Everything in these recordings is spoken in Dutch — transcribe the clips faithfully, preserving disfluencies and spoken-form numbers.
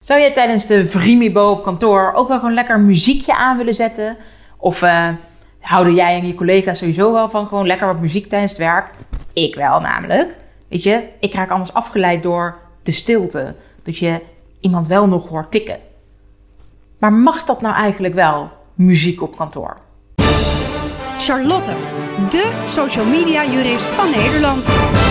Zou jij tijdens de Vrimibo op kantoor ook wel gewoon lekker een muziekje aan willen zetten? Of uh, houden jij en je collega's sowieso wel van gewoon lekker wat muziek tijdens het werk? Ik wel namelijk. Weet je, ik raak anders afgeleid door de stilte. Dat je iemand wel nog hoort tikken. Maar mag dat nou eigenlijk wel, muziek op kantoor? Charlotte, de social media jurist van Nederland.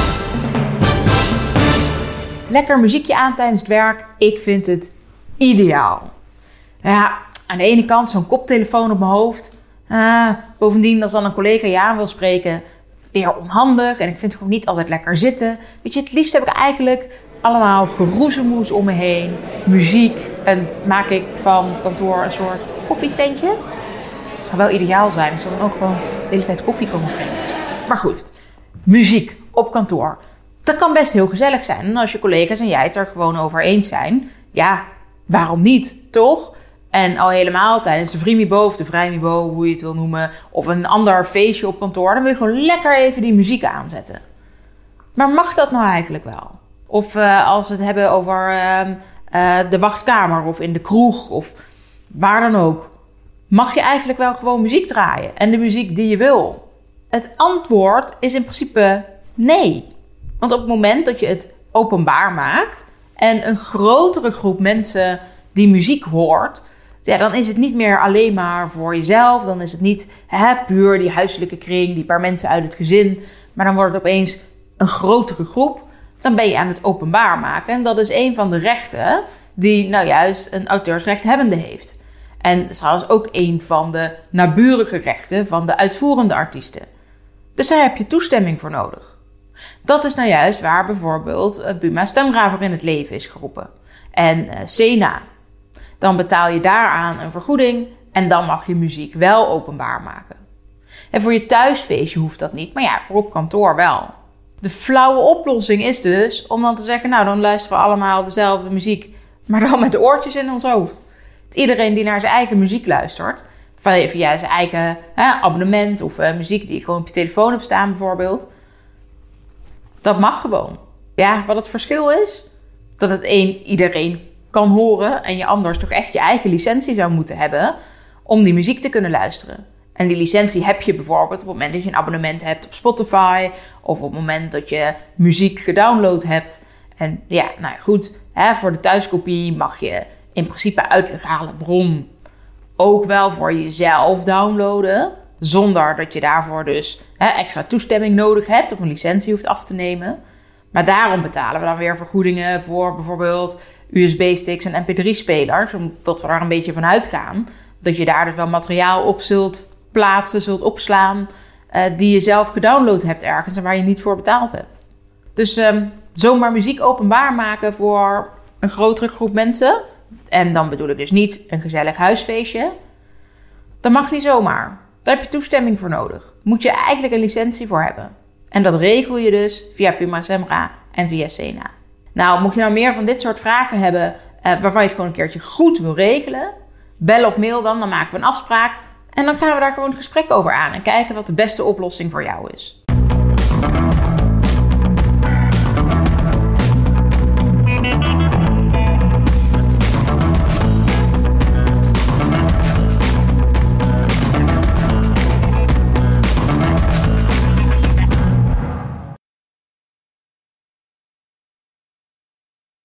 Lekker muziekje aan tijdens het werk, ik vind het ideaal. Ja, aan de ene kant zo'n koptelefoon op mijn hoofd. Ah, bovendien, als dan een collega je aan wil spreken, weer onhandig. En ik vind het gewoon niet altijd lekker zitten. Weet je, het liefst heb ik eigenlijk allemaal geroezemoes om me heen. Muziek. En maak ik van kantoor een soort koffietentje. Het zou wel ideaal zijn als ze dan ook gewoon de hele tijd koffie komen brengen. Maar goed, muziek op kantoor. Dat kan best heel gezellig zijn. En als je collega's en jij het er gewoon over eens zijn, ja, waarom niet, toch? En al helemaal tijdens de Vrimibo of de Vrijmibo, hoe je het wil noemen, of een ander feestje op kantoor, dan wil je gewoon lekker even die muziek aanzetten. Maar mag dat nou eigenlijk wel? Of uh, als we het hebben over uh, uh, de wachtkamer of in de kroeg of waar dan ook. Mag je eigenlijk wel gewoon muziek draaien en de muziek die je wil? Het antwoord is in principe nee. Want op het moment dat je het openbaar maakt en een grotere groep mensen die muziek hoort, ja, dan is het niet meer alleen maar voor jezelf. Dan is het niet hè, puur die huiselijke kring, die paar mensen uit het gezin. Maar dan wordt het opeens een grotere groep. Dan ben je aan het openbaar maken. En dat is een van de rechten die nou juist een auteursrechthebbende heeft. En dat is trouwens ook een van de naburige rechten van de uitvoerende artiesten. Dus daar heb je toestemming voor nodig. Dat is nou juist waar bijvoorbeeld Buma Stemra in het leven is geroepen. En uh, Sena. Dan betaal je daaraan een vergoeding en dan mag je muziek wel openbaar maken. En voor je thuisfeestje hoeft dat niet, maar ja, voor op kantoor wel. De flauwe oplossing is dus om dan te zeggen, nou dan luisteren we allemaal dezelfde muziek, maar dan met de oortjes in ons hoofd. Iedereen die naar zijn eigen muziek luistert, via zijn eigen hè, abonnement of uh, muziek die je gewoon op je telefoon hebt staan bijvoorbeeld, dat mag gewoon. Ja, wat het verschil is, dat het een iedereen kan horen en je anders toch echt je eigen licentie zou moeten hebben om die muziek te kunnen luisteren. En die licentie heb je bijvoorbeeld op het moment dat je een abonnement hebt op Spotify of op het moment dat je muziek gedownload hebt. En ja, nou goed, hè, voor de thuiskopie mag je in principe uit legale bron ook wel voor jezelf downloaden, zonder dat je daarvoor dus hè, extra toestemming nodig hebt of een licentie hoeft af te nemen. Maar daarom betalen we dan weer vergoedingen voor bijvoorbeeld U S B-sticks en M P drie spelers, omdat we daar een beetje van uitgaan dat je daar dus wel materiaal op zult plaatsen, zult opslaan, uh, die je zelf gedownload hebt ergens en waar je niet voor betaald hebt. Dus um, zomaar muziek openbaar maken voor een grotere groep mensen, en dan bedoel ik dus niet een gezellig huisfeestje, dat mag niet zomaar. Daar heb je toestemming voor nodig. Moet je eigenlijk een licentie voor hebben. En dat regel je dus via Buma Stemra en via Sena. Nou, mocht je nou meer van dit soort vragen hebben, uh, waarvan je het gewoon een keertje goed wil regelen, bel of mail dan, dan maken we een afspraak. En dan gaan we daar gewoon een gesprek over aan en kijken wat de beste oplossing voor jou is.